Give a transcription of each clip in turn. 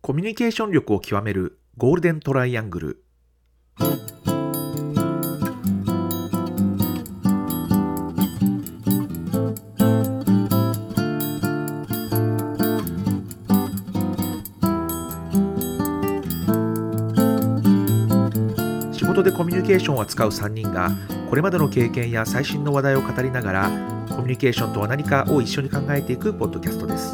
コミュニケーション力を極めるゴールデントライアングル。仕事でコミュニケーションを扱う3人がこれまでの経験や最新の話題を語りながらコミュニケーションとは何かを一緒に考えていくポッドキャストです。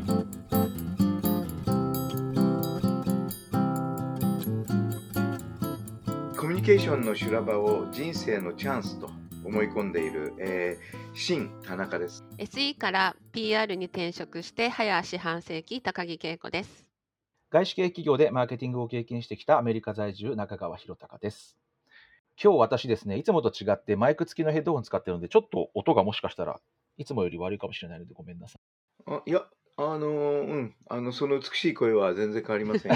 コミュニケーションの修羅場を人生のチャンスと思い込んでいる、新田中です。 SE から PR に転職して早四半世紀、高木恵子です。 外資系企業でマーケティングを経験してきたアメリカ在住中川博隆です。今日私ですね、いつもと違ってマイク付きのヘッドホン使ってるので、ちょっと音がもしかしたらいつもより悪いかもしれないのでごめんなさい。 いや、その美しい声は全然変わりませんよ。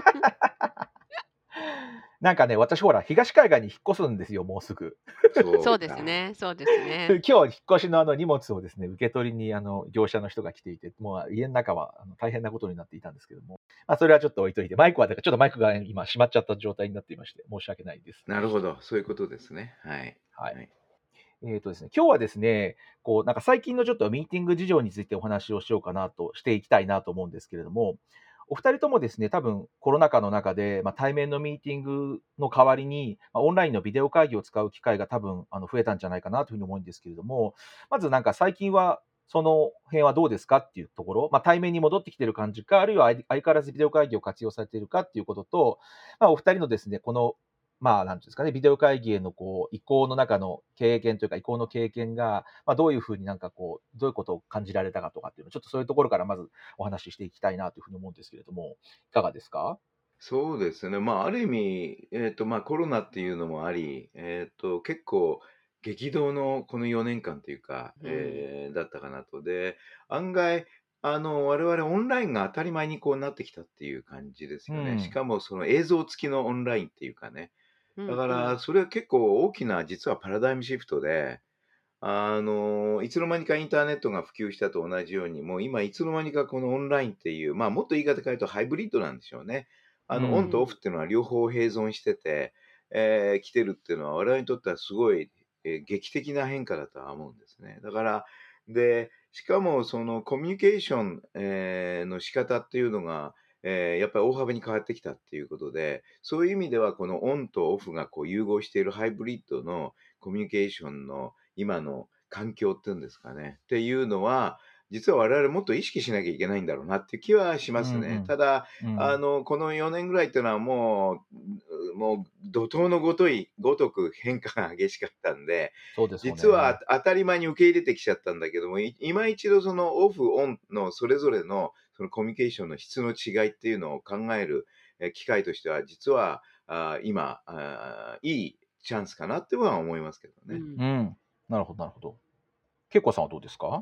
なんかね、私ほら、東海岸に引っ越すんですよ、もうすぐ。 そうですね、そうですね。 今日、引っ越しの荷物をですね、受け取りに業者の人が来ていて、もう家の中は大変なことになっていたんですけども、それはちょっと置いといて、マイクは、だからちょっとマイクが今閉まっちゃった状態になっていまして、申し訳ないです。 なるほど、そういうことですね。はい。 はい。 はい。 ですね、今日はですね、なんか最近のちょっとミーティング事情についてお話をしようかなとしていきたいなと思うんですけれども、お二人ともですね、多分コロナ禍の中で、対面のミーティングの代わりに、オンラインのビデオ会議を使う機会が多分増えたんじゃないかなというふうに思うんですけれども、まずなんか最近はその辺はどうですかっていうところ、対面に戻ってきている感じか、あるいは相変わらずビデオ会議を活用されているかっていうことと、お二人のですね、このなんていうんですかね、ビデオ会議への移行の中の経験というか、移行の経験が、どういうふうにどういうことを感じられたかとかっていうのを、ちょっとそういうところからまずお話ししていきたいなというふうに思うんですけれども、いかがですか？ そうですね。ある意味、コロナっていうのもあり、結構激動のこの4年間というか、だったかなと。で、案外、我々オンラインが当たり前にこうなってきたっていう感じですよね。しかもその映像付きのオンラインっていうかね。だから、それは結構大きな実はパラダイムシフトで、いつの間にかインターネットが普及したと同じように、もう今いつの間にかこのオンラインっていう、もっと言い方変えるとハイブリッドなんでしょうね。オンとオフっていうのは両方併存してて、来てるっていうのは我々にとってはすごい、劇的な変化だとは思うんですね。だから、で、しかもそのコミュニケーション、の仕方っていうのが、やっぱり大幅に変わってきたっていうことで、そういう意味ではこのオンとオフがこう融合しているハイブリッドのコミュニケーションの今の環境っていうんですかね、っていうのは、実は我々もっと意識しなきゃいけないんだろうなっていう気はしますね。ただ、この4年ぐらいっていうのはもう怒涛のごとく変化が激しかったんで、 そうですよね。 実は当たり前に受け入れてきちゃったんだけども、今一度そのオフ、オンのそれぞれのそのコミュニケーションの質の違いっていうのを考える機会としては、実は今いいチャンスかなっては思いますけどね。 なるほど、なるほど。恵子さんはどうですか？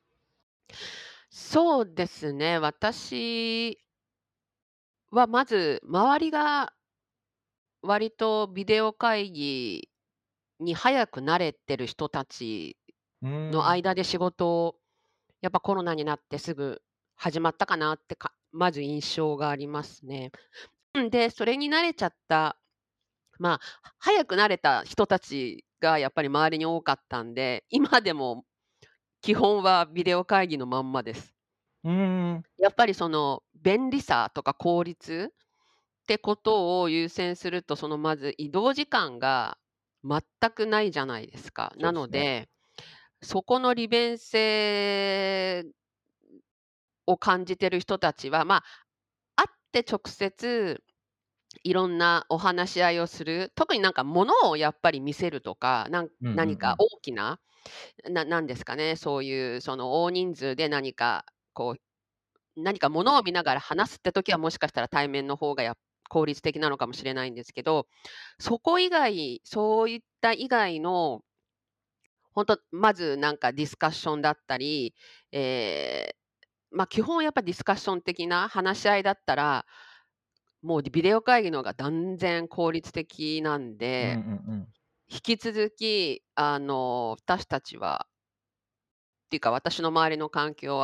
そうですね、私はまず周りが割とビデオ会議に早く慣れてる人たちの間で仕事をやっぱコロナになってすぐ始まったかなってまず印象がありますね。で、それに慣れちゃった、早く慣れた人たちがやっぱり周りに多かったんで、今でも基本はビデオ会議のまんまです。やっぱりその便利さとか効率ってことを優先すると、そのまず移動時間が全くないじゃないですか。なそうですね。 ので、そこの利便性を感じてる人たちは、会って直接いろんなお話し合いをする、特になんか物をやっぱり見せるとか、何か大きな、なんですかね、そういうその大人数で何か物を見ながら話すって時は、もしかしたら対面の方が効率的なのかもしれないんですけど、そういった以外の、本当まずなんかディスカッションだったり、え基本やっぱディスカッション的な話し合いだったら、もうビデオ会議の方が断然効率的なんで、引き続き私たちはっていうか、私の周りの環境は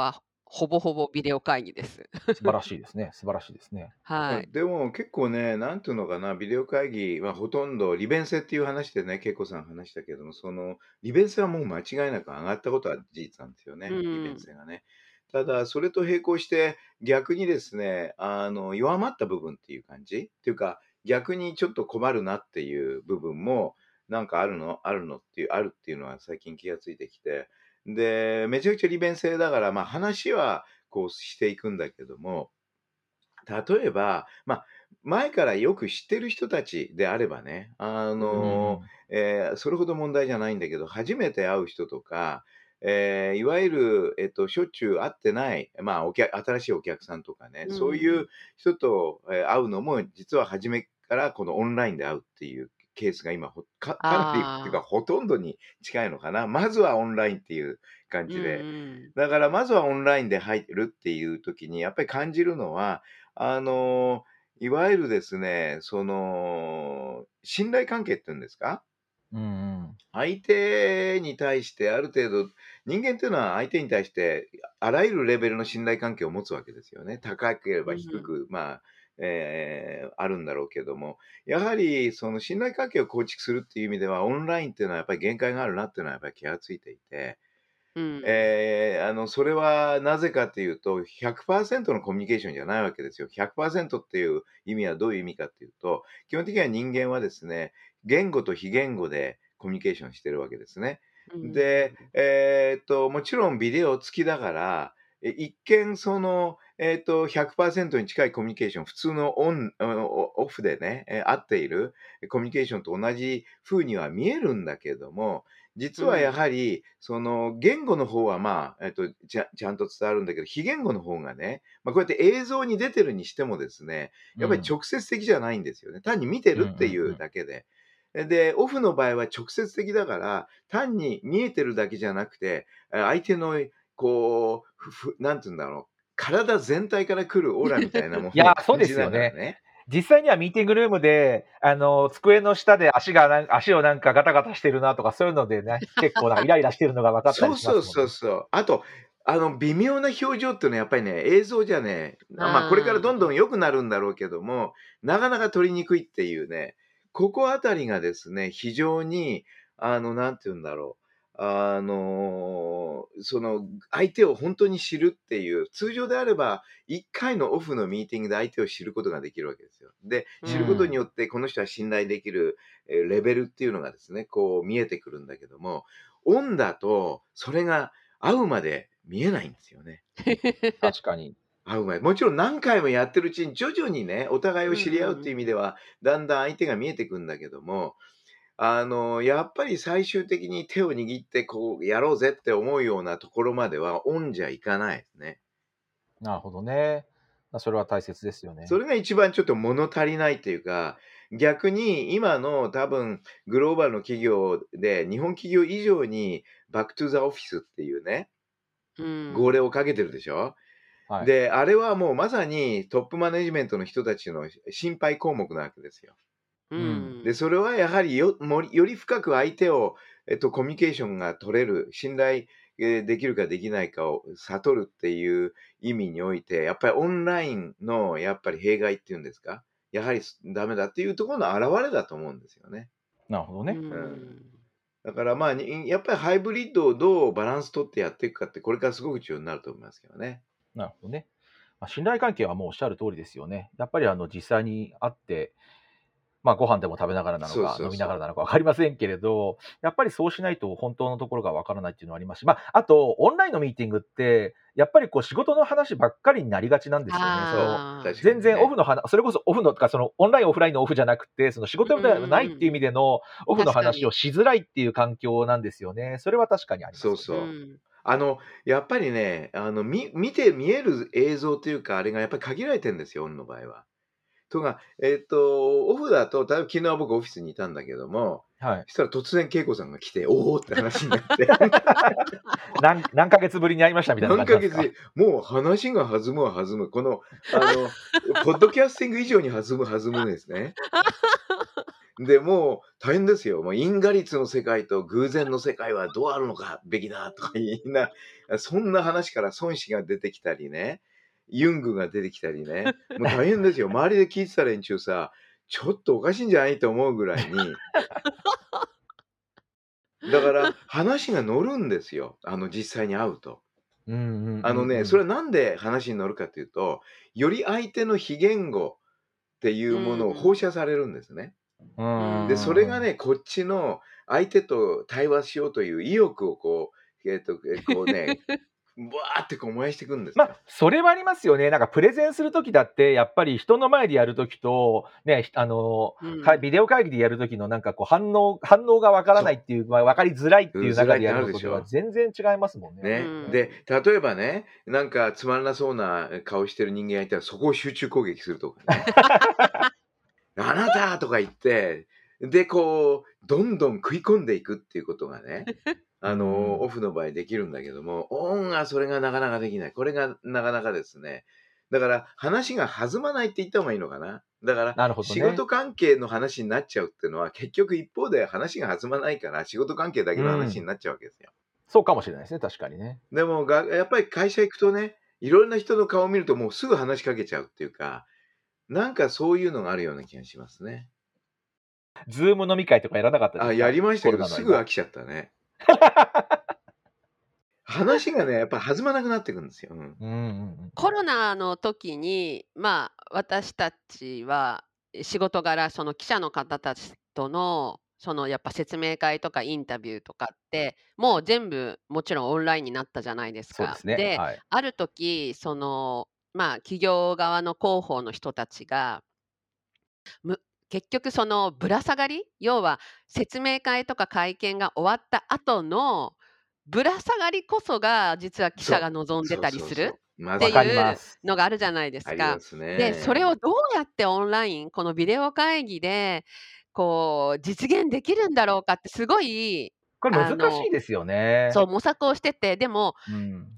ほぼほぼビデオ会議です。 素晴らしいですね。素晴らしいですね。 はい。 でも結構ね、なんていうのかな、ビデオ会議はほとんど利便性っていう話でね、恵子さん話したけども、その利便性はもう間違いなく上がったことは事実なんですようね、利便ん。 性がね。ただ、それと並行して逆にですね、弱まった部分っていう感じっていうか、逆にちょっと困るなっていう部分も、なんかあるっていうのは最近気がついてきて、で、めちゃくちゃ利便性だから、まあ話はこうしていくんだけども、例えば、前からよく知ってる人たちであればね、 ううんん。 うん。 それほど問題じゃないんだけど、初めて会う人とか、いわゆる、しょっちゅう会ってない、新しいお客さんとかね、 う。 そういうん人と、会うのも、実は初めからこのオンラインで会うっていうケースが今、かなりっていうか、 ああ。 ほとんどに近いのかな。まずはオンラインっていう感うんじで。 うん。 だからまずはオンラインで入るっていう時に、やっぱり感じるのは、あの、いわゆるですね、信頼関係っていうんですか？ うんうん。 相手に対してある程度、人間っていうのは相手に対して、あらゆるレベルの信頼関係を持つわけですよね。高ければ低うん。 く、あるんだろうけども、やはりその信頼関係を構築するっていう意味では、オンラインっていうのはやっぱり限界があるなっていうのはやっぱり気がついていて、 うん。 それはなぜかっていうと、100%のコミュニケーションじゃないわけですよ。100%っていう意味はどういう意味かっていうと、基本的には人間はですね、言語と非言語でコミュニケーションしてるわけですね。 うん。 で、もちろんビデオ付きだから、一見100% に近いコミュニケーション、普通のオフでね、合っているコミュニケーションと同じ風には見えるんだけども、実はやうん。 はり、その言語の方はちゃんと伝わるんだけど、非言語の方がね、こうやって映像に出てるにしてもですね、やっぱりうん。 直接的じゃないんですよね。単に見てうんうるっていうんうん。 だけで。で、オフの場合は直接的だから、単に見えてるだけじゃなくて、相手のこう、なんて言うんだろう、体全体から来るオーラみたいなもいや、 のをそうで感じなすよね。 がらね。 実際にはミーティングルームで、机の下で足をなんかガタガタしてるなとか、そういうのでね、結構なんかイライラしてるのが分かったりしまそうそうすもんね。 そうそう。あと、微妙な表情っていうのはやっぱりね、映像じゃね、これからどんどああ。 ん良くなるんだろうけども、なかなか撮りにくいっていうね、ここあたりがですね、非常に、なんて言うんだろう。相手を本当に知るっていう、通常であれば、1回のオフのミーティングで相手を知ることができるわけですよ。で、 う知ることにん。 よって、この人は信頼できる、レベルっていうのがですね、こう見えてくるんだけども、オンだと、それが会うまで見えないんですよね。 確かに。 会う前。もちろん何回もやってるうちに徐々にね、お互いをうん知り合うっていう意うん。 味では、だんだん相手が見えてくんだけども、やっぱり最終的に手を握ってこうやろうぜって思うようなところまではオンじゃいかないですね。 なるほどね。それは大切ですよね。 それが一番ちょっと物足りないっていうか、逆に今の多分グローバルの企業で、日本企業以上にバックトゥザオフィスっていうね、 う号令ん。 をかけてるでしょ。 はい。 で、あれはもうまさにトップマネジメントの人たちの心配項目なわけですよ。 ううん。 で、 ん。 それはやはりより深く相手を、コミュニケーションが取れる、信頼、できるかできないかを悟るっていう意味において、やっぱりオンラインのやっぱり弊害っていうんですか、やはりダメだっていうところの表れだと思うんですよね。 うなるほどね。 うん。 ん。 だからやっぱりハイブリッドをどうバランス取ってやっていくかって、これからすごく重要になると思いますけどね。 なるほどね。信頼関係はもうおっしゃる通りですよね。やっぱり実際に会って、ご飯でも食べながらなのそうか、飲みなそうそう。 がらなのか分かりませんけれど、やっぱりそうしないと本当のところが分からないっていうのはありますし、あとオンラインのミーティングって、やっぱりこう仕事の話ばっかりになりがちなんですよね。 そう、 ああ。 確か全にね。 然オフのそれこそオフのとか、そのオンラインオフラインのオフじゃなくて、その仕事でうんうんはないっていう意うん。 味でのオフの確かに。 話をしづらいっていう環境なんですよね。それは確かにありますよね。 そうそう。 うん。 やっぱりね、見て見える映像というか、あれがやっぱり限られてるんですよ、オンの場合は。オフだと、昨日は僕オフィスにいたんだけども、 はい。 そしたら突然恵子さんが来て、おおって話になって、 何ヶ月ぶりに会いましたみたいな感じなんですか？ 何ヶ月で、もう話が弾むは弾む。ポッドキャスティング以上に弾むですね。 で、もう大変ですよ。もう因果律の世界と偶然の世界はどうあるのかべきだとか言いな、そんな話から孫子が出てきたりね、ユングが出てきたりね、もう大変ですよ。周りで聞いてた連中さ、ちょっとおかしいんじゃないと思うぐらいに、だから話が乗るんですよ。実際に会うと。 うんうんうんうそれん。 はなんで話に乗るかというと、より相手の非言語っていううものを放ん。 射されるんですね。 うで、それんがね、こっちの相手と対話しようという意欲をこうね、ブワーってこう燃やしていくんですよ。 それはありますよね。なんかプレゼンする時だって、やっぱり人の前でやる時と、ね、 うん。 ビデオ会議でやる時のなんかこう反応がわからないっていう、わかりづらいっていう中でやるのとでは全然違いますもんね。 ね。 うんで、例えばね、なんかつまんなそうな顔してる人間がいたら、そこを集中攻撃するとかね。あなたとか言って、で、こう、どんどん食い込んでいくっていうことがね、 うんオフの場合できるんだけども、オンはそれがなかなかできない。これがなかなかですね。だから話が弾まないって言った方がいいのかな。だからなるほどね。 仕事関係の話になっちゃうっていうのは、結局一方で話が弾まないから仕事関係だけの話になっちゃうわけですよ。 そうかもしれないですね、確かにね。 でもやっぱり会社行くとね、いろんな人の顔を見るともうすぐ話しかけちゃうっていうか、なんかそういうのがあるような気がしますね。 ズーム飲み会とかやらなかったですか？ やりましたけど、 コロナの間すぐ飽きちゃったね。話がね、やっぱ弾まなくなってくるんですよ。うん。 うんうんうん。 コロナの時に、私たちは仕事柄、その記者の方たちとの、そのやっぱ説明会とかインタビューとかって、もう全部もちろんオンラインになったじゃないですか。 そうですね。 で、 はい。 ある時、企業側の広報の人たちが、む結局そのぶら下がり、要は説明会とか会見が終わった後のぶら下がりこそが、実は記者が望んでたりするってまずわかりまいうす。 のがあるじゃないですか。 ありますで、それね。 をどうやってオンライン、このビデオ会議で、こう実現できるんだろうかってすごい、 これ難しいですよね。 そう模索をしてて、でも、 うん。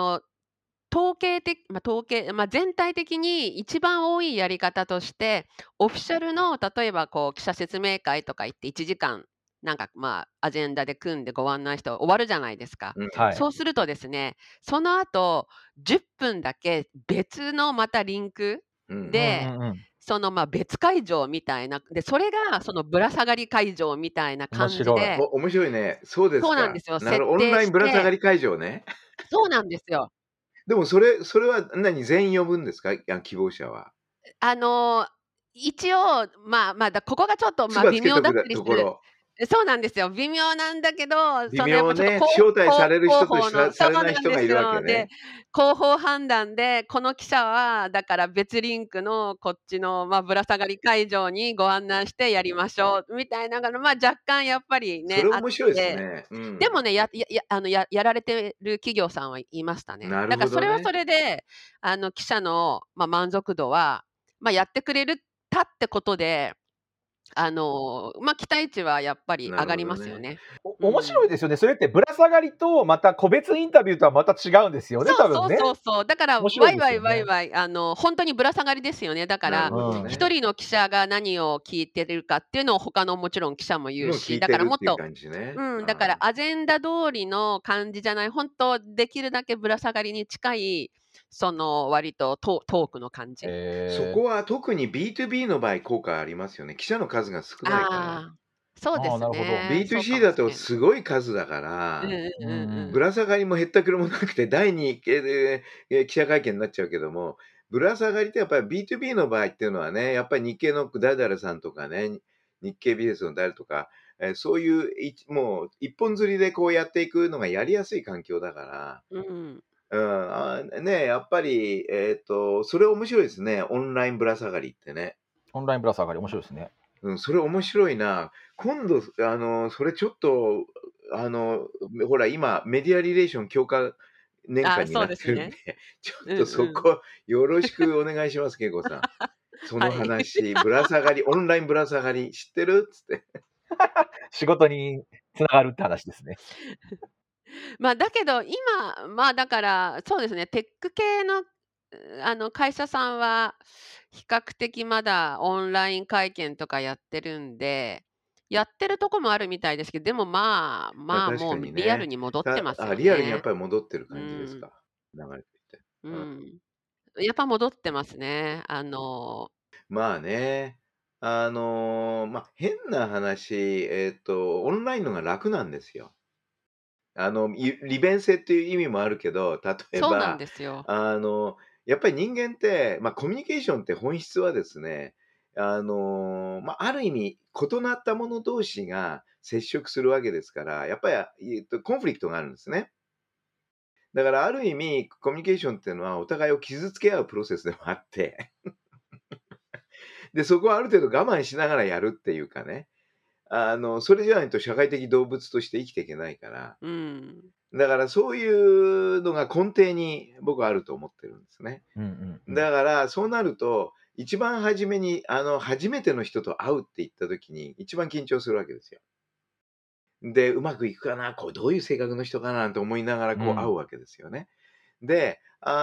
全体的に一番多いやり方として、オフィシャルの例えばこう記者説明会とか行って1時間、アジェンダで組んでご案内して終わるじゃないですか。 うん。 はい。 そうするとですね、その後10分だけ別のまたリンクうん。 で、 うんうんうん。 その別会場みたいな、で、それがそのぶら下がり会場みたいな感じ面白い。 で、 面白いね。そうですか。 そうなんですよ、設オンライン定して、 ぶら下がり会場ね。 そうなんですよ。 でもそれは全員呼ぶんですか？希望者は。 あの、一応、ここがちょっと、 つばつ微妙だっけとくたりする。 ところ。 そうなんですよ。微妙なんだけど、 微やっぱちょっと妙ね。招待される人と広報の、 さそうなんれない人がいですよ。 るわけね。 で、広報判断で、この記者はだから別リンクのこっちの、ぶら下がり会場にご案内してやりましょうみたいなのが、若干やっぱりそね、あっれ面白いですて、 ね。うん。 でもね、やられてる企業さんはいましたね。 なるだからそれはほどね。 それで、記者の、満足度は、やってくれたってことで、期待値はやっぱりな上がりるほどね。 ますよね。 面白いですよね。それってぶら下がりと、また個別インタビューとはまた違うんですよね、 そうそう多分ね。 そうそう。だから、 面白いですよね。 ワイワイ、本当にぶら下がりですよね。だかなるら、 ほどね。 一人の記者が何を聞いてるかっていうのを他のもちろん記者も言うのし、 聞いてるっていうだからもっと、 感じね。 だからアジェンダ通りの感じじゃない、本当できるだけぶら下がりに近い、その割とトークの感じ。 そこは特に B2B の場合効果ありますよね。記者の数が少ないから。 ああ、そうですなるほど。 ね。そうか B2C もだとしれない。 すごい数だかうんら、 うんうんぶら下がりもへったくれもなくて、第2系で記者会見になっちゃうけども、ぶら下がりってやっぱり B2B の場合っていうのはね、やっぱり日経の誰々さんとかね、日経ビジネスの誰とか、そういうもう一本釣りでこうやっていくのがやりやすい環境だから、 うんやっぱり、それ面白いですね。オンラインぶら下がりってね。 オンラインぶら下がり面白いですね。 それ面白いな。今度、それちょっと、ほら、今、メディアリレーション強化年間にそなってるんで、 うですね。 ちょっとそこ、よろしくお願いします、恵子さん。その話、ぶら下がり、オンラインぶら下がり、知ってる？つって。 仕事に繋がるって話ですね。 だけど今、だから、そうですね、テック系の会社さんは比較的まだオンライン会見とかやってるんで、やってるとこもあるみたいですけど、でもまあ、 まあ確もかにうリアルね。 に戻ってますよリアルにやっね。 ぱり戻ってるう感じですん。 か。流れてきて。 ううん。 ん。やっぱ戻ってますね。 まあね。変な話、オンラインのが楽なんですよ。利便性っていう意味もあるけど、例えそうなんば、 ですよ。 やっぱり人間って、コミュニケーションって本質はですね、ある意味、異なった者同士が接触するわけですから、やっぱり、コンフリクトがあるんですね。だからある意味、コミュニケーションっていうのはお互いを傷つけ合うプロセスでもあって、で、そこはある程度我慢しながらやるっていうかね、それじゃないと社会的動物として生きていけないから、 うん。 だからそういうのが根底に僕はあると思ってるんですね。 うんうんうん。 だからそうなると、一番初めに、初めての人と会うって言った時に、一番緊張するわけですよ。で、うまくいくかな、どういう性格の人かななんて思いながら会うわけですよね。で、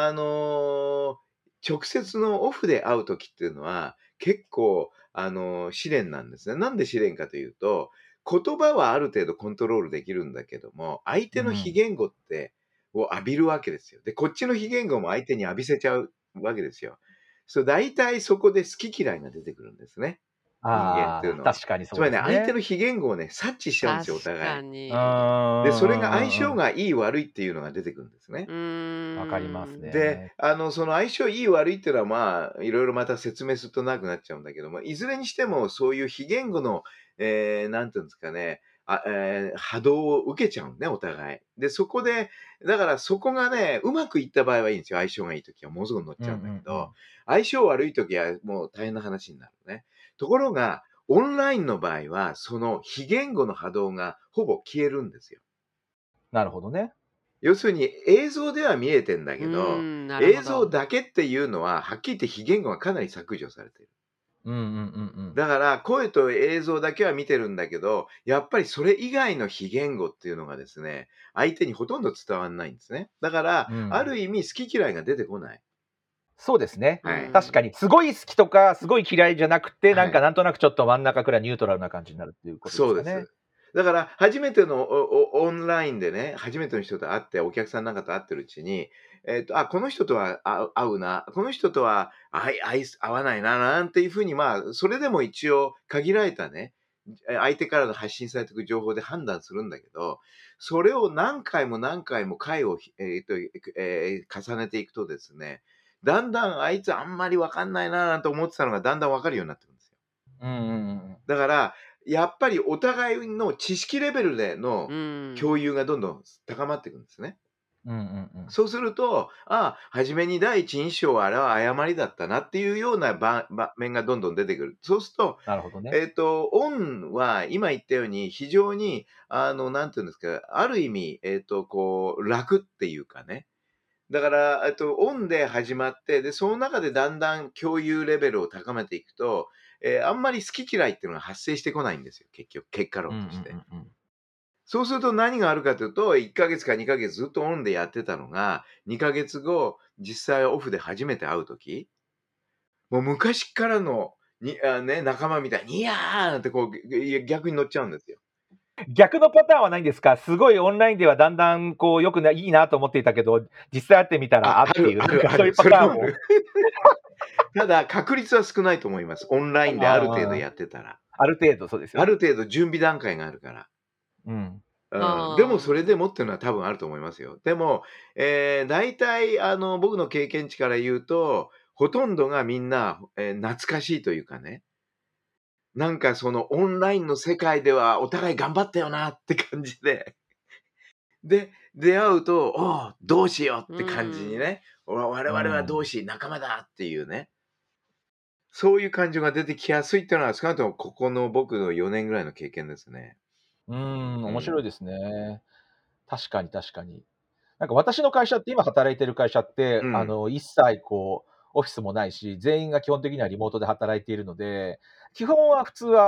直接のオフで会う時っていうのは、結構、試練なんですね。なんで試練かというと、言葉はある程度コントロールできるんだけども、相手の非言語を浴びるわけですよ。で、こっちの非言語も相手に浴びせちゃうわけですよ。大体そこで好き嫌いが出てくるんですね。人間っていうのは。 確かにそうつまりね、相手ですね。 の非言語をね、察知しちゃうんですよ、お確互い。 かに。 で、それが相性わがいい悪いっていうのが出てくるんですね。 かりますで、 ね。 その相性いい悪いっていうのは、いろいろまた説明すると長くなっちゃうんだけども、いずれにしてもそういう非言語の、なんていうんですかね、波動を受けちゃうんね、お互い。で、そこで、だからそこがね、うまくいった場合はいいんですよ。相性がいい時はものすごく乗っちゃうんだけど、相性悪い時はもう大変な話になるね。ところが、オンラインの場合は、その非言語の波動がほぼ消えるんですよ。 なるほどね。 要するに映像では見えてんだけど、 なる映ほど。 像だけっていうのは、はっきり言って非言語がかなり削除されている。だから声と映像だけは見てるんだけど、やっぱりそれ以外の非言語っていうのがですね、相手にほとんど伝わんないんですね。だから、ある意味好き嫌いが出てこない。 そうですね。 はい。 確かに、すごい好きとか、すごい嫌いじゃなくて、 はい。 なんとなくちょっと真ん中くらいニュートラルな感じになるっていうことですかね。 そうです。だから、初めてのオンラインでね、初めての人と会って、お客さんなんかと会ってるうちに、この人とは合うな、この人とは合わないな、なんていうふうに、それでも一応限られたね、相手からの発信されていく情報で判断するんだけど、それを何回も何回も回を、重ねていくとですね、だんだんあいつあんまりわかんないな、なんて思ってたのがだんだんわかるようになってくるんですよ。だから、やっぱりお互いの知識レベルでの共有がどんどん高まっていくんですね。そうすると、初めに第一印象はあれは誤りだったなっていうような場面がどんどん出てくる。そうすると、 なるほどね。 オンは今言ったように非常に、なんていうんですか、ある意味、楽っていうかね。だから、オンで始まって、で、その中でだんだん共有レベルを高めていくと、あんまり好き嫌いっていうのが発生してこないんですよ、結果論として。そうすると何があるかというと、1ヶ月か2ヶ月ずっとオンでやってたのが、2ヶ月後、実際オフで初めて会うとき、もう昔からの仲間みたいに、いやーなんて逆に乗っちゃうんですよ。 逆のパターンはないんですか？すごいオンラインではだんだん良くないいなと思っていたけど、実際会ってみたら、っていう、そういうパターンも。 ただ、確率は少ないと思います。オンラインである程度やってたら。 ある程度そうですよね。 ある程度準備段階があるから。でもそれでもっていうのは多分あると思いますよ。でも、大体僕の経験値から言うと、ほとんどがみんな、懐かしいというかね。なんかそのオンラインの世界ではお互い頑張ったよなって感じで。で、出会うと、どうしようって感じにね。我々は同志、仲間だっていうね。そういう感情が出てきやすいっていうのは、少なくともここの僕の4年ぐらいの経験ですね。 面白いですね。確かに。なんか私の会社って今働いてる会社って、一切オフィスもないし、全員が基本的にはリモートで働いているので、基本は普通は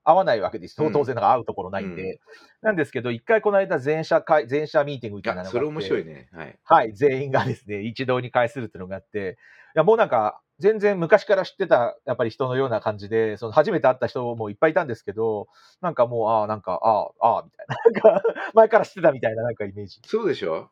会わないわけですよ。 うん当然会うところないんうで。なんですけど、一回この間全社ミーティングみたいなのそれがあって、 面白いね。はい。 はい、全員がですね、一堂に会するっていうのがあって、いやもうなんか、全然昔から知ってた、やっぱり人のような感じで、その初めて会った人もいっぱいいたんですけど、なんかもう、なんか、みたいな、なんか、前から知ってたみたいななんかイメージ。 そうでしょ？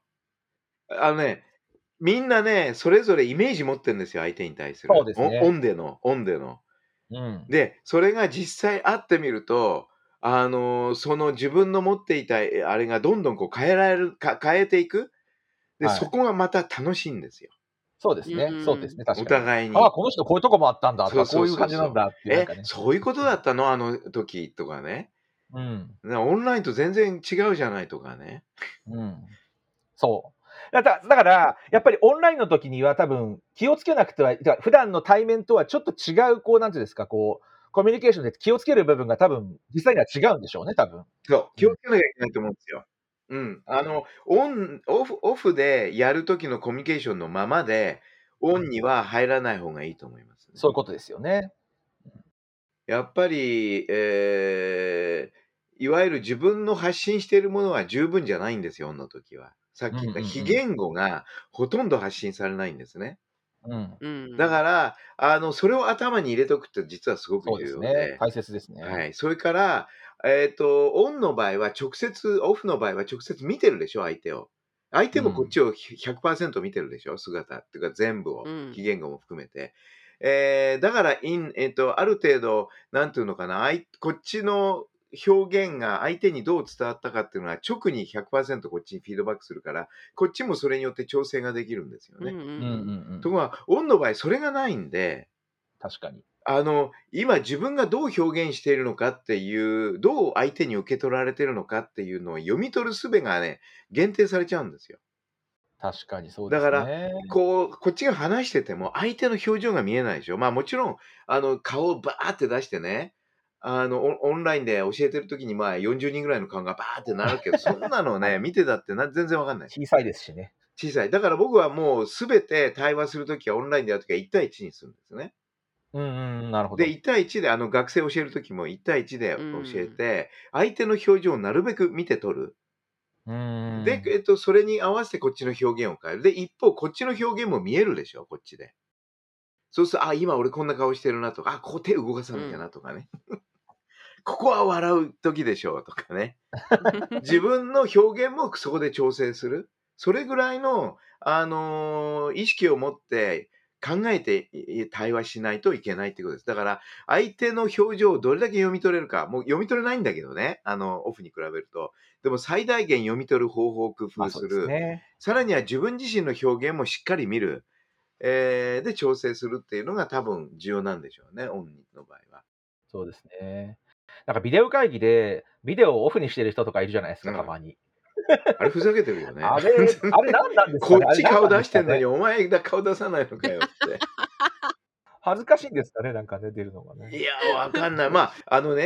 みんなね、それぞれイメージ持ってんですよ、相手に対する。 そうですね。 オンでの。 うん。 で、それが実際会ってみると、その自分の持っていた、あれがどんどんこう変えていく。で、 はい。 そこがまた楽しいんですよ。 そうですね。そうですね、確かに。 お互いに。 この人こういうとこもあったんだとか、こういう感じなんだっていうなんかね。 そういうことだったの？あの時とかね。 うん。 オンラインと全然違うじゃないとかね。 うん。そう。だから、やっぱりオンラインの時には多分気をつけなくては、普段の対面とはちょっと違う、こう、なんていうんですか、こう、コミュニケーションで気をつける部分が多分、実際には違うんでしょうね、多分。 そう、気をつけなきゃいけないと思うんですよ。うん。オフでやる時のコミュニケーションのままで、オンには入らない方がいいと思いますね。 そういうことですよね。 やっぱり、いわゆる自分の発信しているものは十分じゃないんですよ、オンの時は。さっき言った非言語がほとんど発信されないんですね。だから、それを頭に入れとくって実はすごく重要で。 大切ですね。 はい。それから、オンの場合はオフの場合は直接見てるでしょ、相手を。相手もこっちを100% 見てるでしょ、姿っていうか全部を、非言語も含めて。だから、ある程度、なんていうのかな、こっちの表現が相手にどう伝わったかっていうのは直に 100% こっちにフィードバックするから、こっちもそれによって調整ができるんですよね。ところが、オンの場合それがないんで、 確かに。 今自分がどう表現しているのかっていう、どう相手に受け取られているのかっていうのを読み取る術がね、限定されちゃうんですよ。 確かにそうですね。 だから、こっちが話してても相手の表情が見えないでしょ。もちろん、顔をバーって出してね、オンラインで教えてる時に40人ぐらいの顔がバーってなるけど、そんなのね、見てたって全然わかんない。 小さいですしね。 小さい。だから僕はもうすべて対話するときはオンラインでやるときは1対1にするんですね。 なるほど。 で、1対1で学生教えるときも1対1で教えて、相手の表情をなるべく見て取る。で、それに合わせてこっちの表現を変える。で、一方、こっちの表現も見えるでしょ、こっちで。そうすると、今俺こんな顔してるなとか、ここ手動かさなきゃなとかね。ここは笑う時でしょとかね。自分の表現もそこで調整する。それぐらいの、意識を持って考えて対話しないといけないってことです。だから、相手の表情をどれだけ読み取れるか、もう読み取れないんだけどね、オフに比べると。でも最大限読み取る方法を工夫する。さらには自分自身の表現もしっかり見る。で、調整するっていうのが多分重要なんでしょうね、オンの場合は。 そうですね。なんかビデオ会議で、ビデオをオフにしてる人とかいるじゃないですか、たまに。 あれふざけてるよね。 あれ何なんですかね。 こっち顔出してんのに、お前顔出さないのかよって。 恥ずかしいんですかね、なんかね、出るのがね。 いや、わかんない。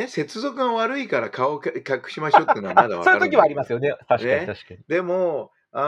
接続が悪いから顔を隠しましょうっていうのはまだわかる。 そういう時はありますよね。確かに。 でも、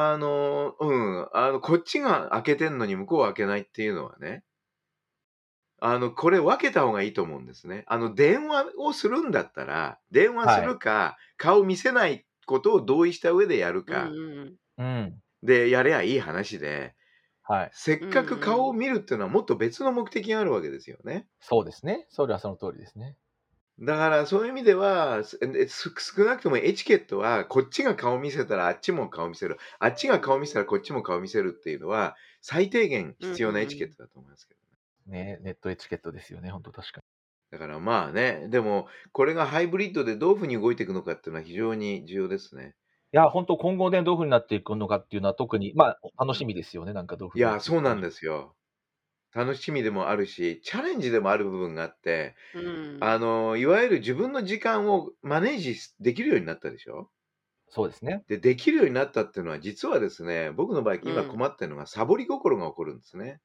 こっちが開けてんのに向こうは開けないっていうのはね、これ分けた方がいいと思うんですね。電話をするんだったら、電話するか、顔見せないことを同意した上でやるか、でやればいい話で、せっかく顔を見るっていうのはもっと別の目的があるわけですよね。 そうですね。それはその通りですね。 だからそういう意味では、少なくともエチケットは、こっちが顔見せたらあっちも顔見せる。あっちが顔見せたらこっちも顔見せるっていうのは、最低限必要なエチケットだと思いますけどね。ネットエチケットですよね、本当確かに。だからでも、これがハイブリッドでどういうふうに動いていくのかっていうのは非常に重要ですね。 いや、本当今後ね、どういうふうになっていくのかっていうのは特に、楽しみですよね、なんかどういうふうに。 いや、そうなんですよ。楽しみでもあるし、チャレンジでもある部分があって、いわゆる自分の時間をマネージできるようになったでしょ。 そうですね。 できるようになったっていうのは、実はですね、僕の場合、今困ってるのが、サボり心が起こるんですね。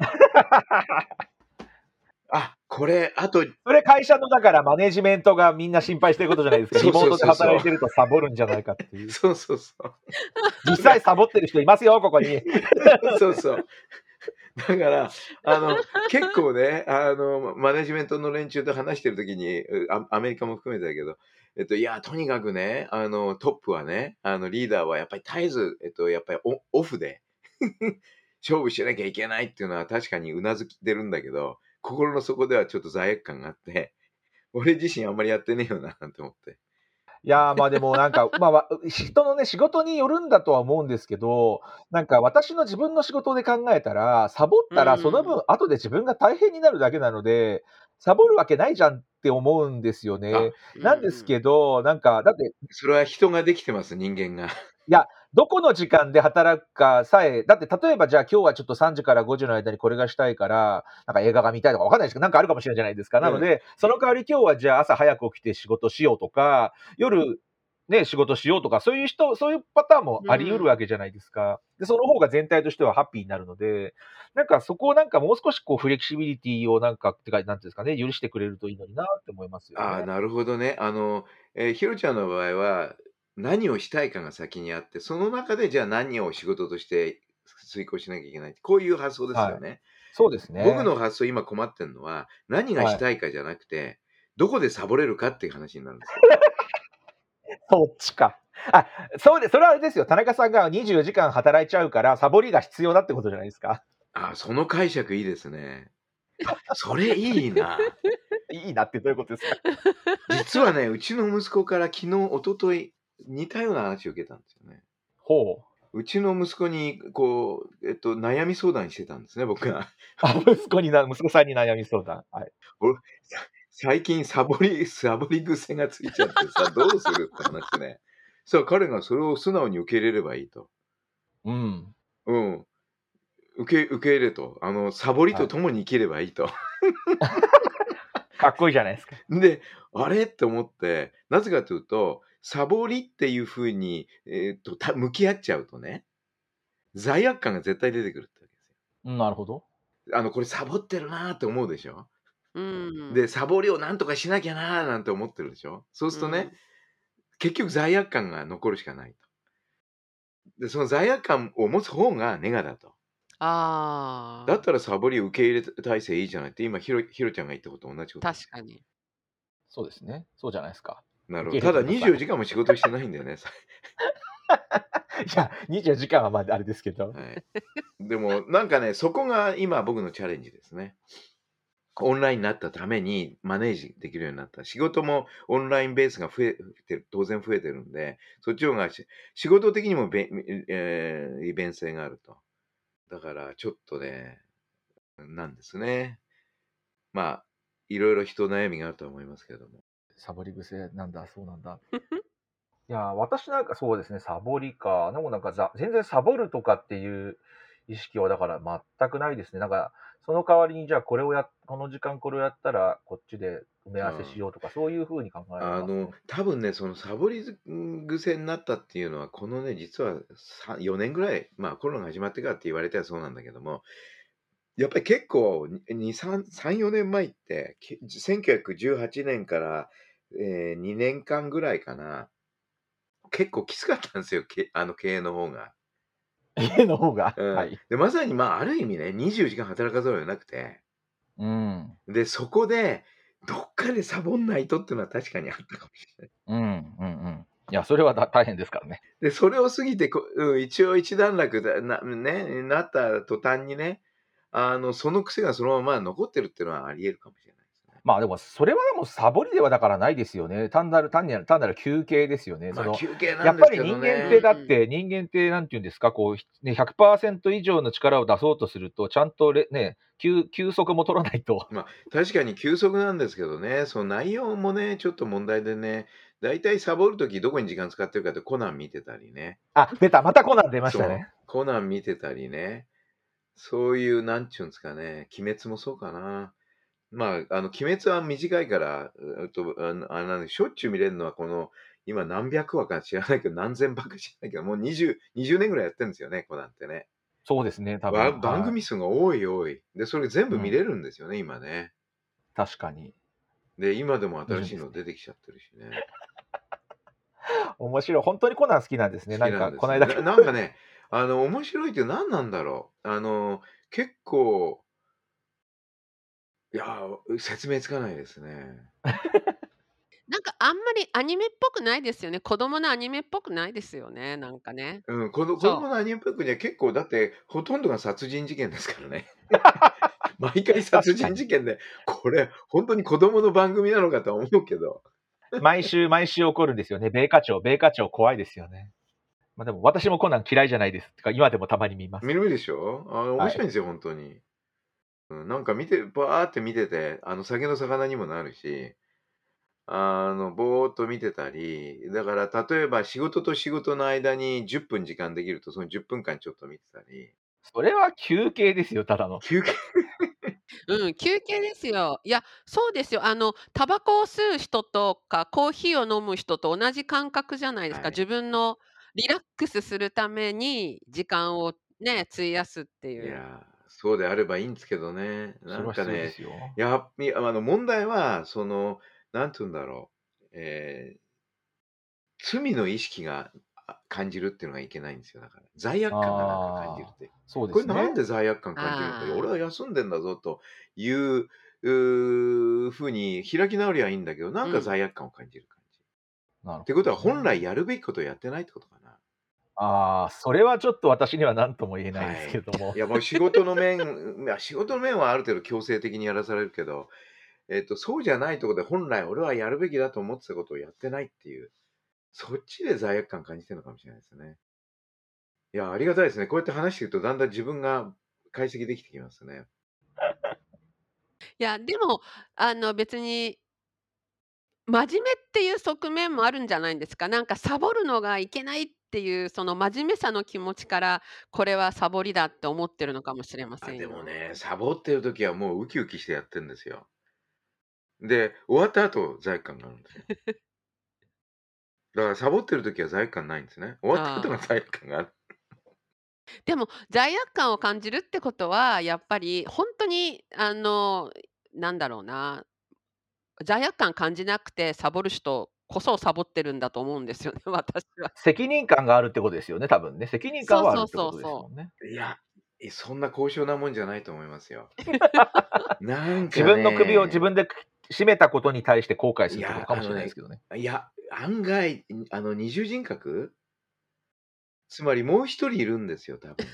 それ会社のだからマネジメントがみんな心配してることじゃないですか。リモートで働いてるとサボるんじゃないかっていう。 そう。 実際サボってる人いますよ、ここに。 そう。 だから、結構ね、マネジメントの連中と話してる時に、アメリカも含めてだけど、いや、とにかくね、トップはね、リーダーはやっぱり絶えず、やっぱりオフで勝負しなきゃいけないっていうのは確かにうなずきてるんだけど、心の底ではちょっと罪悪感があって、俺自身あんまりやってねえよな、なんて思って。 いや、でもなんか、人のね、仕事によるんだとは思うんですけど、なんか私の自分の仕事で考えたら、サボっうたらそのん。 分後で自分が大変になるだけなので、サボるわけないじゃんって思うんですよあ、 ね。 うんなんですうん。 けど、なんか、だってそれは人ができてます、人間が。 いや、どこの時間で働くかさえ、だって例えばじゃあ今日はちょっと3時から5時の間にこれがしたいから、なんか映画が見たいとかわかんないですけど、なんかあるかもしれないじゃないですか。なうん。 ので、その代わり今日はじゃあ朝早く起きて仕事しようとか、夜ね、仕事しようとか、そういうパターンもうあり得るわん。 けじゃないですか。で、その方が全体としてはハッピーになるので、なんかそこをなんかもう少しこうフレキシビリティをなんか、ってか、なんていうんですかね、許してくれるといいのになって思いますよああ、 ね。 なるほどね。ひろちゃんの場合は、何をしたいかが先にあって、その中でじゃあ何を仕事として遂行しなきゃいけない。こういう発想ですはい。 よね。 そうですね。 僕の発想、今困ってんのは、何がしはい。 たいかじゃなくて、どこでサボれるかっていう話になるんですよ。 そっちか。あ、それはあれですよ。田中さんが24時間働いちゃうから、サボりが必要だってことじゃないですか。 ああ、その解釈いいですね。あ、それいいな。 いいなってどういうことですか？ 実はね、うちの息子から昨日、一昨日似たような話を受けたんですよね。 ほう。 うちの息子にこう、悩み相談してたんですね、僕が。 あ、息子さんに悩み相談。はい。 俺、最近サボり癖がついちゃってさ、どうするって話ね。さあ、彼がそれを素直に受け入れればいいと。 うん。 うん。受け入れと。サボりはい。 と共に生きればいいと。 かっこいいじゃないですか。 で、あれって思って、なぜかというと、サボりっていう風に、向き合っちゃうとね、罪悪感が絶対出てくるってわけですよ。 うん、なるほど。 これサボってるなって思うでしょ。 うん。 で、サボりをなんとかしなきゃななんて思ってるでしょ。そうするとね、 うん。 結局罪悪感が残るしかないと。で、その罪悪感を持つ方がネガだと。だっああ、 たらサボり受け入れ体制いいじゃないって、今ひろちゃんが言ったことと同じことです。 確かに。 そうですね。そうじゃないですか。 なるほど。 受け入ただ24 れてください。 時間も仕事してないんだよね。 いや、24時間はあれですけど。 はい。でも、なんかね、そこが今僕のチャレンジですね。オンラインになったためにマネージできるようになった。仕事もオンラインベースが増えてる、当然増えてるんで、そっちの方が仕事的にも利便性があると。だからちょっとね、なんですね。まあ、いろいろ人悩みがあるとは思いますけれども。 サボり癖なんだ、そうなんだ。いや、私なんかそうですね、サボりか。でもなんか全然サボるとかっていう意識はだから全くないですね。なんか、その代わりにじゃあこの時間これをやったら、こっちで埋め合わせしあようとか、そういう風に考えますね。 多分ね、そのサボり癖になったっていうのは、このね、実は4年ぐらい、まあコロナが始まってからって言われてはそうなんだけども、やっぱり結構3、4年前って、1918年から、2年間ぐらいかな、結構きつかったんですよ、経営の方が。 家の方が、 うん。 はい。 で、まさにまあ、ある意味ね、24時間働かざるを得なくて、 うん。 で、そこで、どっかでサボんないとっていうのは確かにあったかもしれない。 うん、うんうん。いや、それは大変ですからね。 で、それを過ぎて、一応一段落なった途端にね、その癖がそのまま残ってるっていうのはあり得るかもしれないですね。 でもそれはでもサボりではだからないですよね。単なる休憩ですよね。 まあ、休憩なやっぱりんですけどね。 人間ってなんていうんですか、こう、ね、100%以上の力を出そうとすると、ちゃんと休息も取らないと。 まあ、確かに休息なんですけどね、その内容もね、ちょっと問題でね、だいたいサボるときどこに時間使ってるかってコナン見てたりね。 あ、出た、またコナン出ましたそう、 ね。 コナン見てたりね、そういうなんちゅうんですかね、鬼滅もそうかな。まあ、鬼滅は短いから、しょっちゅう見れるのは今何百話か知らないけど、何千話か知らないけど、もう20年ぐらいやってるんですよね、コナンってね。 そうですね、多分、 番はい。 組数が多い。で、それ全部見れうん、 るんですよね、今ね。 確かに。 で、今でも新しいの見るんですね。 出てきちゃってるしね。 面白い。本当にコナン好きなんですね。 好きなんか、 なんですよ。 この間なんかね、面白いって何なんだろう。 結構、いやー、説明つかないですね。 なんかあんまりアニメっぽくないですよね。子供のアニメっぽくないですよね、なんかね。 うん、子供そう。 のアニメっぽくには結構だってほとんどが殺人事件ですからね。毎回殺確かに。 人事件で、これ本当に子供の番組なのかとは思うけど。 毎週毎週起こるんですよね。米課長怖いですよね。でも私もコナン嫌いじゃないです。てか今でもたまに見ます。 見るでしょ？面はい。 白いんですよ、本当に。なんかバーって見てて、酒の魚にもなるし、ぼーっと見てたり、だから例えば仕事と仕事の間に10分時間できると、その10分間ちょっと見てたり。 それは休憩ですよ、ただの。 休憩休憩ですよ。いや、そうですよ。タバコを吸う人とか、コーヒーを飲む人と同じ感覚じゃないですか。 はい。 自分のリラックスするために時間をね、費やすっていう。 いや、そうであればいいんですけどね。 それは必要ですよ。 問題は、なんて言うんだろう、罪の意識が、感じるっていうのがいけないんですよ、だから。罪悪感がなんか感じるっああ、 て。 そうでこれなすね。 んで罪悪感感じるんだ、いや、俺はああ。 休んでんだぞという、風に開き直りはいいんだけど、なんかうん。 罪悪感を感じる感じ。 なるってことはほど本来ね。 やるべきことをやってないってことかな。 ああ、それはちょっと私には何とも言えないですけはい。 れども。 いや、もう仕事の面はある程度強制的にやらされるけど、そうじゃないところで本来俺はやるべきだと思ってたことをやってないっていう、そっちで罪悪感感じてるのかもしれないですね。いや、ありがたいですね。こうやって話してるとだんだん自分が解析できてきますね。 いや、でも、別に真面目っていう側面もあるんじゃないんですか。なんかサボるのがいけないっていう、その真面目さの気持ちから、これはサボりだって思ってるのかもしれませんでもよ。 ね、サボってる時はもうウキウキしてやってんですよ。で、終わった後、罪悪感があるんですよ。だからサボってる時は罪悪感ないんですね。終わった後がああ。 罪悪感がある。 でも、罪悪感を感じるってことは、やっぱりほんとになんだろうな、罪悪感感じなくてサボる人こそサボってるんだと思うんですよね、私は。 責任感があるってことですよね、多分ね。責任感はあるそうそうってことですそうそう。 もんね。 いや、そんな高尚なもんじゃないと思いますよ。なん自か分の首を自ね、 分で絞めたことに対して後悔すいや、 るってことかもしれないですけどね。 案外、二重人格つまりもう一人いるんですよ、多分。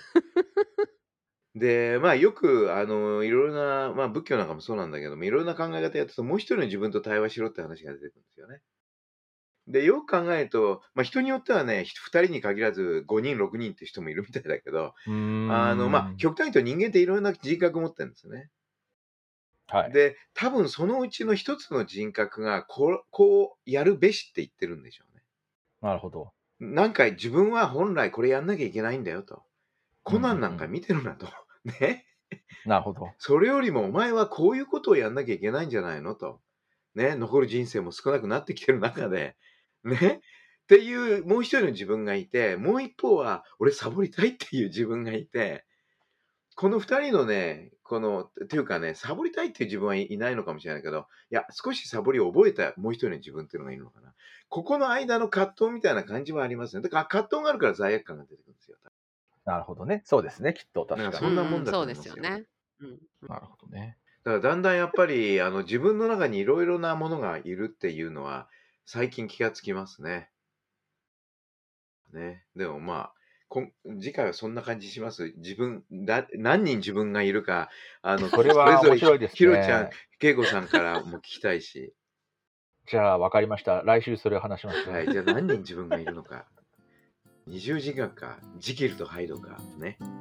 で、よく、いろいろな、仏教なんかもそうなんだけども、いろいろな考え方やってると、もう一人の自分と対話しろって話が出てくるんですよね。で、よく考えると、人によってはね、2人に限らず5人、6人っていう人もいるみたいだけど、 うーん。 極端に言うと人間っていろんな人格を持ってるんですよね。 はい。 で、多分そのうちの一つの人格が、こうやるべしって言ってるんでしょうね。 なるほど。 なんか自分は本来これやんなきゃいけないんだよと。 うんコナンなんかうん。 見てるなと。ね。 なるほど。 それよりもお前はこういうことをやんなきゃいけないんじゃないのと。ね。残る人生も少なくなってきてる中で、ね。っていうもう一人の自分がいて、もう一方は俺サボりたいっていう自分がいて、この二人のね、っていうかね、サボりたいっていう自分はいないのかもしれないけど、いや、少しサボりを覚えたもう一人の自分っていうのがいるのかな。ここの間の葛藤みたいな感じはありますね。だから葛藤があるから罪悪感が出てくるんですよ。 なるほどね。そうですね、きっと確かに。 そんなもんだそうでと思いますよ。 すよね。うん。 なるほどね。 だからだんだんやっぱり、自分の中にいろいろなものがいるっていうのは、最近気がつきますね。ね。でも次回はそんな感じします。何人自分がいるか、 それそれぞれは面白いですひろちゃん、 ね。 けいこさんからも聞きたいし。 じゃあ分かりました。来週それを話しましょう。 はい。じゃあ何人自分がいるのか。二重自我か、ジキルとハイドか。ね。